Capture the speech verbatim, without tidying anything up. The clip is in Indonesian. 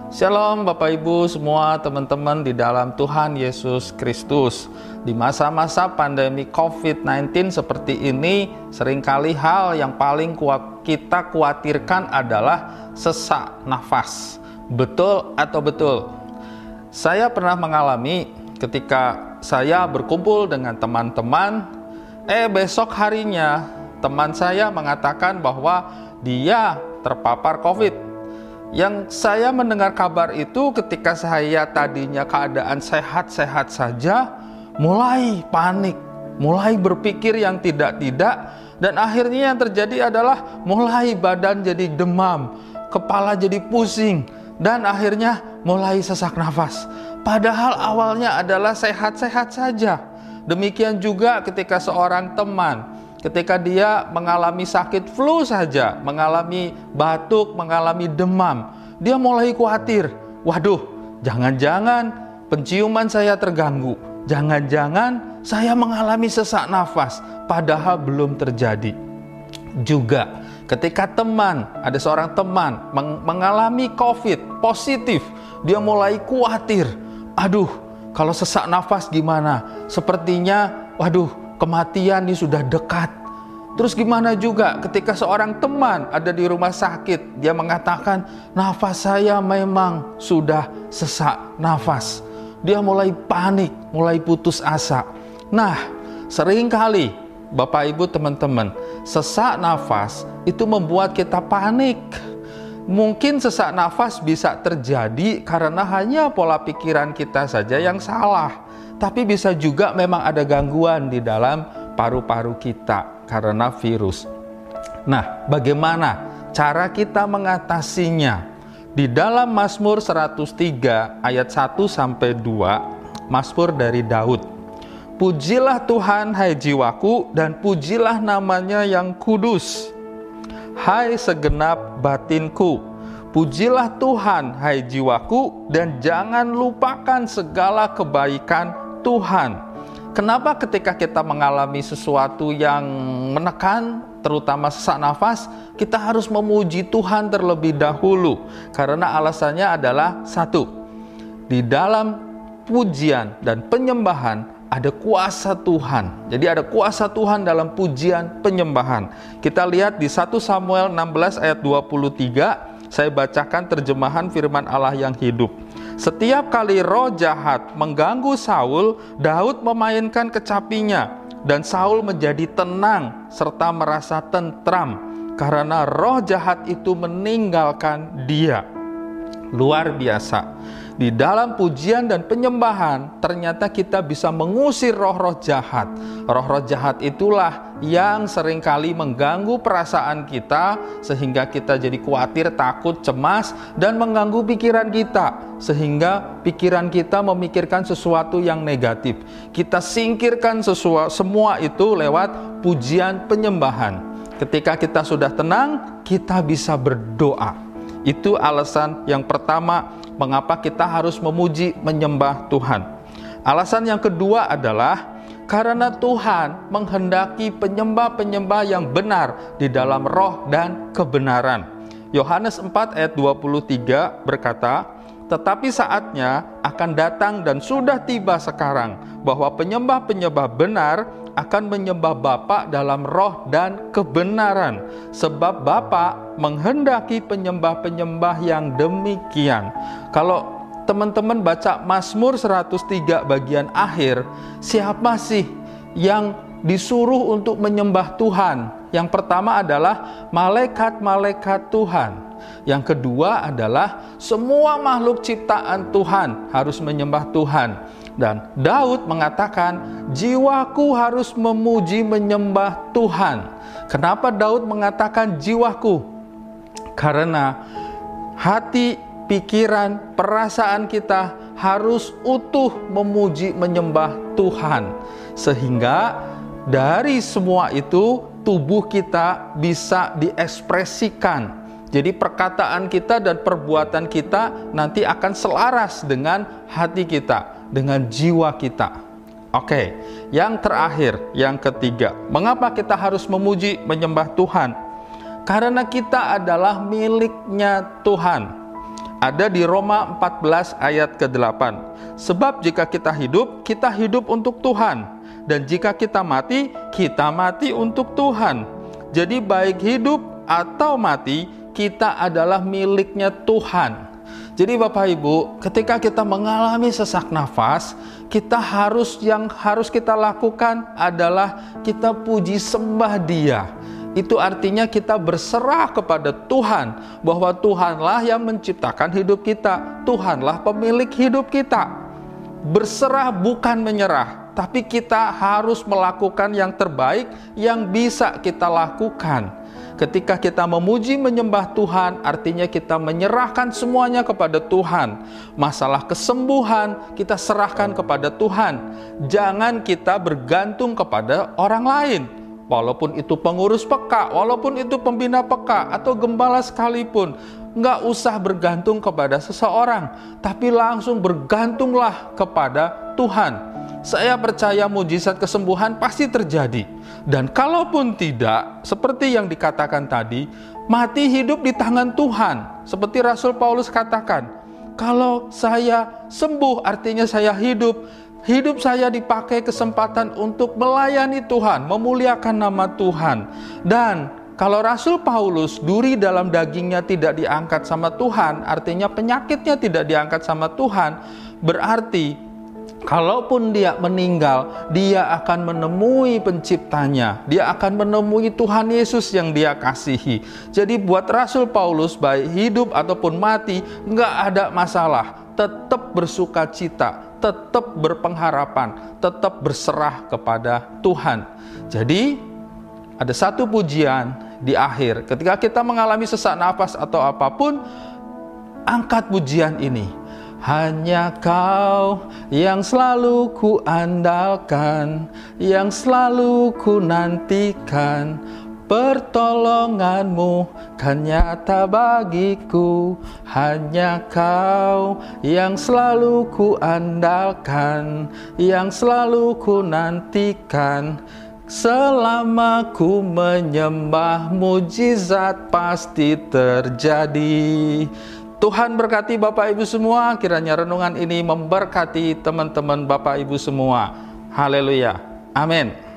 Shalom Bapak Ibu semua, teman-teman di dalam Tuhan Yesus Kristus. Di masa-masa pandemi covid sembilan belas seperti ini, seringkali hal yang paling kita khawatirkan adalah sesak nafas. Betul atau betul? Saya pernah mengalami ketika saya berkumpul dengan teman-teman, eh besok harinya teman saya mengatakan bahwa dia terpapar COVID. Yang saya mendengar kabar itu ketika saya tadinya keadaan sehat-sehat saja, mulai panik, mulai berpikir yang tidak-tidak, dan akhirnya yang terjadi adalah mulai badan jadi demam, kepala jadi pusing, dan akhirnya mulai sesak nafas. Padahal awalnya adalah sehat-sehat saja. Demikian juga ketika seorang teman, ketika dia mengalami sakit flu saja, mengalami batuk, mengalami demam, dia mulai khawatir. Waduh, jangan-jangan penciuman saya terganggu. Jangan-jangan saya mengalami sesak nafas, padahal belum terjadi. Juga ketika teman, ada seorang teman mengalami COVID positif, dia mulai khawatir. Aduh, kalau sesak nafas gimana? Sepertinya, waduh, kematian ini sudah dekat. Terus gimana juga ketika seorang teman ada di rumah sakit, dia mengatakan nafas saya memang sudah sesak nafas. Dia mulai panik, mulai putus asa. Nah, seringkali Bapak Ibu teman-teman, sesak nafas itu membuat kita panik. Mungkin sesak nafas bisa terjadi karena hanya pola pikiran kita saja yang salah. Tapi bisa juga memang ada gangguan di dalam paru-paru kita karena virus. Nah, bagaimana cara kita mengatasinya? Di dalam Mazmur seratus tiga ayat satu sampai dua, Mazmur dari Daud. Pujilah Tuhan hai jiwaku, dan pujilah namanya yang kudus. Hai segenap batinku, pujilah Tuhan hai jiwaku, dan jangan lupakan segala kebaikan Tuhan. Kenapa ketika kita mengalami sesuatu yang menekan, terutama sesak nafas, kita harus memuji Tuhan terlebih dahulu? Karena alasannya adalah satu, di dalam pujian dan penyembahan ada kuasa Tuhan. Jadi ada kuasa Tuhan dalam pujian penyembahan. Kita lihat di satu Samuel enam belas ayat dua puluh tiga, saya bacakan terjemahan firman Allah yang hidup. Setiap kali roh jahat mengganggu Saul, Daud memainkan kecapinya, dan Saul menjadi tenang serta merasa tentram karena roh jahat itu meninggalkan dia. Luar biasa. Di dalam pujian dan penyembahan, ternyata kita bisa mengusir roh-roh jahat. Roh-roh jahat itulah yang seringkali mengganggu perasaan kita, sehingga kita jadi khawatir, takut, cemas, dan mengganggu pikiran kita, sehingga pikiran kita memikirkan sesuatu yang negatif. Kita singkirkan sesuatu, semua itu lewat pujian penyembahan. Ketika kita sudah tenang, kita bisa berdoa. Itu alasan yang pertama mengapa kita harus memuji, menyembah Tuhan. Alasan yang kedua adalah karena Tuhan menghendaki penyembah-penyembah yang benar di dalam roh dan kebenaran. Yohanes empat ayat dua puluh tiga berkata, tetapi saatnya akan datang dan sudah tiba sekarang, bahwa penyembah-penyembah benar akan menyembah Bapa dalam roh dan kebenaran, sebab Bapa menghendaki penyembah-penyembah yang demikian. Kalau teman-teman baca Mazmur seratus tiga bagian akhir, siapa sih yang disuruh untuk menyembah Tuhan? Yang pertama adalah malaikat-malaikat Tuhan. Yang kedua adalah semua makhluk ciptaan Tuhan harus menyembah Tuhan. Dan Daud mengatakan, jiwaku harus memuji menyembah Tuhan. Kenapa Daud mengatakan jiwaku? Karena hati, pikiran, perasaan kita harus utuh memuji menyembah Tuhan. Sehingga dari semua itu tubuh kita bisa diekspresikan. Jadi perkataan kita dan perbuatan kita nanti akan selaras dengan hati kita, dengan jiwa kita. Oke, yang terakhir, yang ketiga, mengapa kita harus memuji, menyembah Tuhan? Karena kita adalah miliknya Tuhan. Ada di Roma empat belas ayat kedelapan. Sebab jika kita hidup, kita hidup untuk Tuhan. Dan jika kita mati, kita mati untuk Tuhan. Jadi baik hidup atau mati, kita adalah miliknya Tuhan. Jadi Bapak Ibu, ketika kita mengalami sesak nafas, kita harus yang harus kita lakukan adalah kita puji sembah Dia. Itu artinya kita berserah kepada Tuhan, bahwa Tuhanlah yang menciptakan hidup kita, Tuhanlah pemilik hidup kita. Berserah bukan menyerah, tapi kita harus melakukan yang terbaik yang bisa kita lakukan. Ketika kita memuji menyembah Tuhan, artinya kita menyerahkan semuanya kepada Tuhan. Masalah kesembuhan kita serahkan kepada Tuhan. Jangan kita bergantung kepada orang lain. Walaupun itu pengurus P K, walaupun itu pembina P K atau gembala sekalipun, nggak usah bergantung kepada seseorang, tapi langsung bergantunglah kepada Tuhan. Saya percaya mujizat kesembuhan pasti terjadi. Dan kalaupun tidak, seperti yang dikatakan tadi, mati hidup di tangan Tuhan. Seperti Rasul Paulus katakan, kalau saya sembuh artinya saya hidup. Hidup saya dipakai kesempatan untuk melayani Tuhan, memuliakan nama Tuhan. Dan kalau Rasul Paulus, duri dalam dagingnya tidak diangkat sama Tuhan, artinya penyakitnya tidak diangkat sama Tuhan, berarti kalaupun dia meninggal, dia akan menemui penciptanya. Dia akan menemui Tuhan Yesus yang dia kasihi. Jadi buat Rasul Paulus, baik hidup ataupun mati, nggak ada masalah. Tetap bersuka cita, tetap berpengharapan, tetap berserah kepada Tuhan. Jadi ada satu pujian di akhir. Ketika kita mengalami sesak nafas atau apapun, angkat pujian ini. Hanya Kau yang selalu ku andalkan, yang selalu ku nantikan. Pertolongan-Mu kan nyata bagiku. Hanya Kau yang selalu ku andalkan, yang selalu ku nantikan. Selama ku menyembah, mujizat pasti terjadi. Tuhan berkati Bapak Ibu semua. Kiranya renungan ini memberkati teman-teman Bapak Ibu semua. Haleluya. Amin.